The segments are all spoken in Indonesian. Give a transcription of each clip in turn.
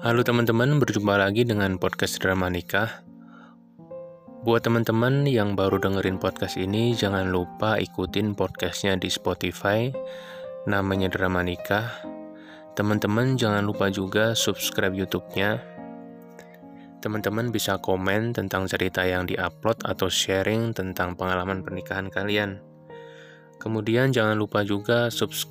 Halo teman-teman, berjumpa lagi dengan podcast Drama Nikah. Buat teman-teman yang baru dengerin podcast ini, jangan lupa ikutin podcastnya di Spotify, namanya Drama Nikah. Teman-teman jangan lupa juga subscribe YouTube-nya. Teman-teman bisa komen tentang cerita yang diupload atau sharing tentang pengalaman pernikahan kalian. Kemudian jangan lupa juga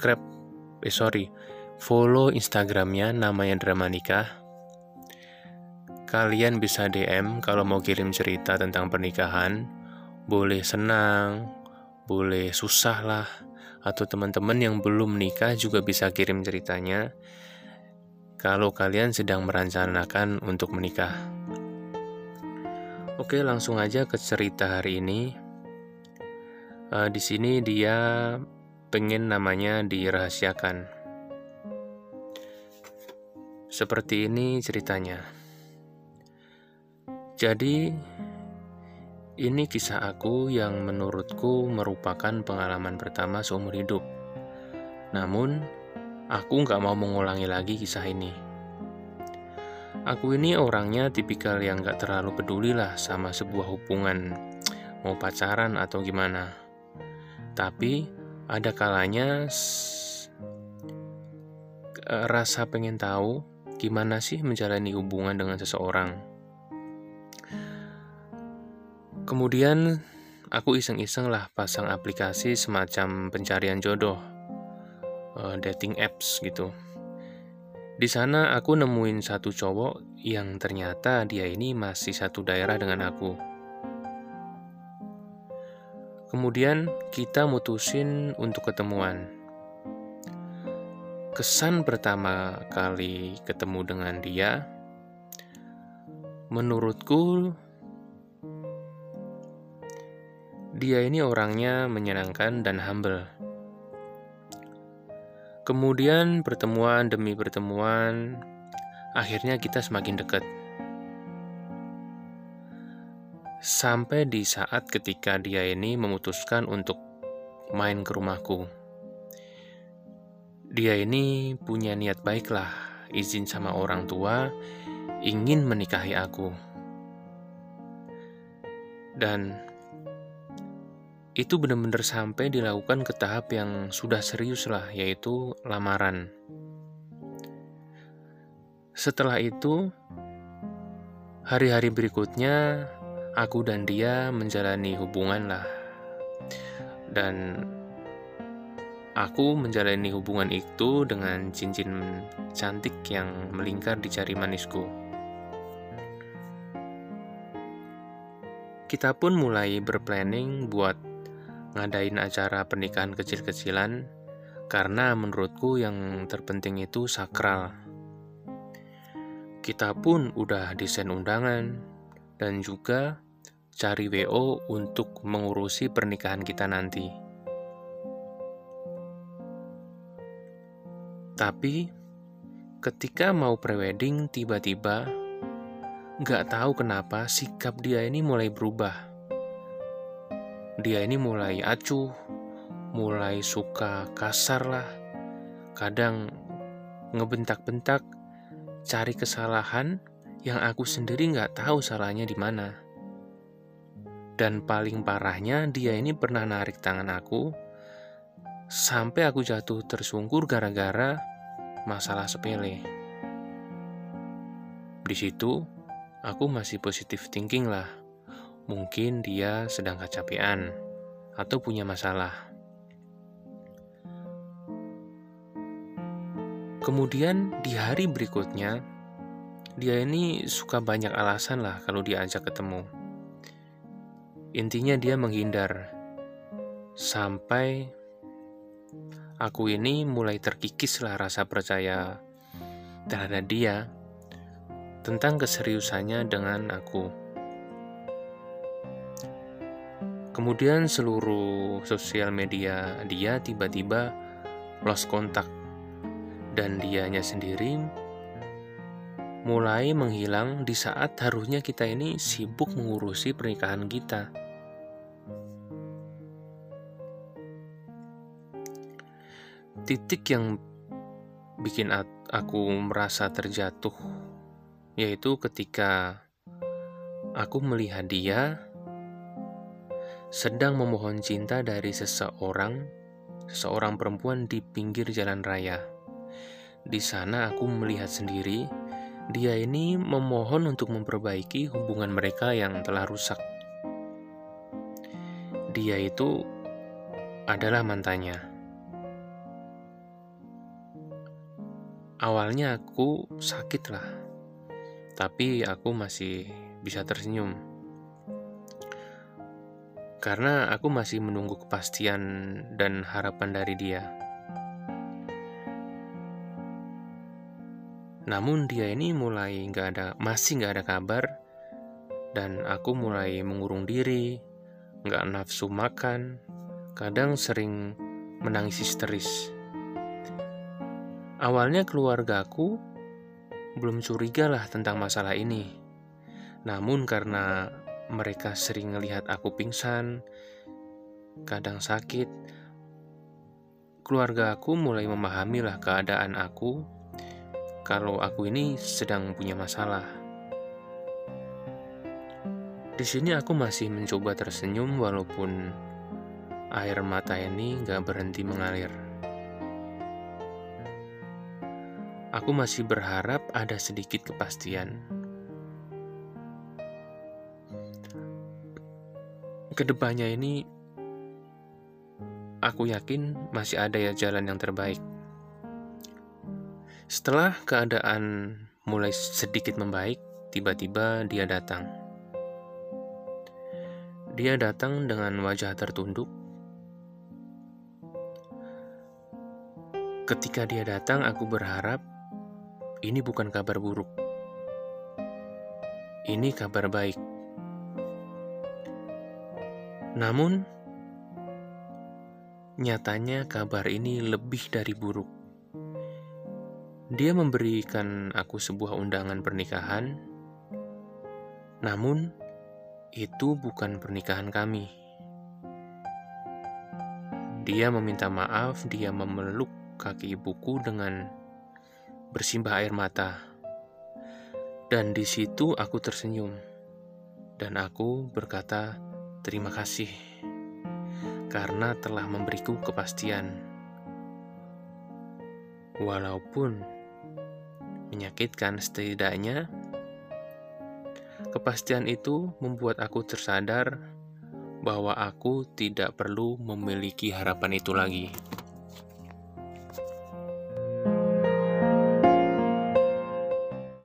follow Instagramnya namanya Drama Nikah. Kalian bisa DM kalau mau kirim cerita tentang pernikahan, boleh senang, boleh susah lah, atau teman-teman yang belum menikah juga bisa kirim ceritanya kalau kalian sedang merencanakan untuk menikah. Oke, langsung aja ke cerita hari ini. Di sini dia pengen namanya dirahasiakan. Seperti ini ceritanya. Jadi, ini kisah aku yang menurutku merupakan pengalaman pertama seumur hidup. Namun, aku nggak mau mengulangi lagi kisah ini. Aku ini orangnya tipikal yang nggak terlalu peduli lah sama sebuah hubungan, mau pacaran atau gimana. Tapi, ada kalanya rasa pengen tahu gimana sih menjalani hubungan dengan seseorang. Kemudian aku iseng-iseng lah pasang aplikasi semacam pencarian jodoh, dating apps gitu. Di sana aku nemuin satu cowok yang ternyata dia ini masih satu daerah dengan aku. Kemudian kita mutusin untuk ketemuan. Kesan pertama kali ketemu dengan dia, menurutku dia ini orangnya menyenangkan dan humble. Kemudian pertemuan demi pertemuan, akhirnya kita semakin dekat. Sampai di saat ketika dia ini memutuskan untuk main ke rumahku. Dia ini punya niat baik lah, izin sama orang tua, ingin menikahi aku. Dan itu benar-benar sampai dilakukan ke tahap yang sudah serius lah, yaitu lamaran. Setelah itu, hari-hari berikutnya, aku dan dia menjalani hubungan lah. Dan aku menjalani hubungan itu dengan cincin cantik yang melingkar di jari manisku. Kita pun mulai berplanning buat ngadain acara pernikahan kecil-kecilan, karena menurutku yang terpenting itu sakral. Kita pun udah desain undangan dan juga cari WO untuk mengurusi pernikahan kita nanti. Tapi ketika mau prewedding, tiba-tiba gak tahu kenapa sikap dia ini mulai berubah. Dia ini mulai acuh, mulai suka kasar lah, kadang ngebentak-bentak, cari kesalahan yang aku sendiri nggak tahu salahnya di mana. Dan paling parahnya, dia ini pernah narik tangan aku, sampai aku jatuh tersungkur gara-gara masalah sepele. Di situ, aku masih positive thinking lah. Mungkin dia sedang kecapean atau punya masalah. Kemudian di hari berikutnya, dia ini suka banyak alasan lah kalau diajak ketemu. Intinya dia menghindar. Sampai aku ini mulai terkikis lah rasa percaya terhadap dia tentang keseriusannya dengan aku. Kemudian seluruh sosial media dia tiba-tiba lost kontak, dan dianya sendiri mulai menghilang di saat harusnya kita ini sibuk mengurusi pernikahan kita. Titik yang bikin aku merasa terjatuh yaitu ketika aku melihat dia sedang memohon cinta dari seseorang perempuan di pinggir jalan raya. Di sana aku melihat sendiri, dia ini memohon untuk memperbaiki hubungan mereka yang telah rusak. Dia itu adalah mantannya. Awalnya aku sakit lah, tapi aku masih bisa tersenyum. Karena aku masih menunggu kepastian dan harapan dari dia. Namun dia ini masih nggak ada kabar, dan aku mulai mengurung diri, nggak nafsu makan, kadang sering menangis histeris. Awalnya keluargaku belum curiga lah tentang masalah ini. Namun karena mereka sering melihat aku pingsan, kadang sakit, keluarga aku mulai memahami lah keadaan aku, kalau aku ini sedang punya masalah. Di sini aku masih mencoba tersenyum walaupun air mata ini gak berhenti mengalir. Aku masih berharap ada sedikit kepastian. Kedepannya ini, aku yakin masih ada ya jalan yang terbaik. Setelah keadaan mulai sedikit membaik, tiba-tiba dia datang. Dia datang dengan wajah tertunduk. Ketika dia datang, aku berharap ini bukan kabar buruk. Ini kabar baik. Namun, nyatanya kabar ini lebih dari buruk. Dia memberikan aku sebuah undangan pernikahan, namun itu bukan pernikahan kami. Dia meminta maaf, dia memeluk kaki ibuku dengan bersimbah air mata. Dan di situ aku tersenyum, dan aku berkata terima kasih karena telah memberiku kepastian. Walaupun menyakitkan, setidaknya kepastian itu membuat aku tersadar bahwa aku tidak perlu memiliki harapan itu lagi.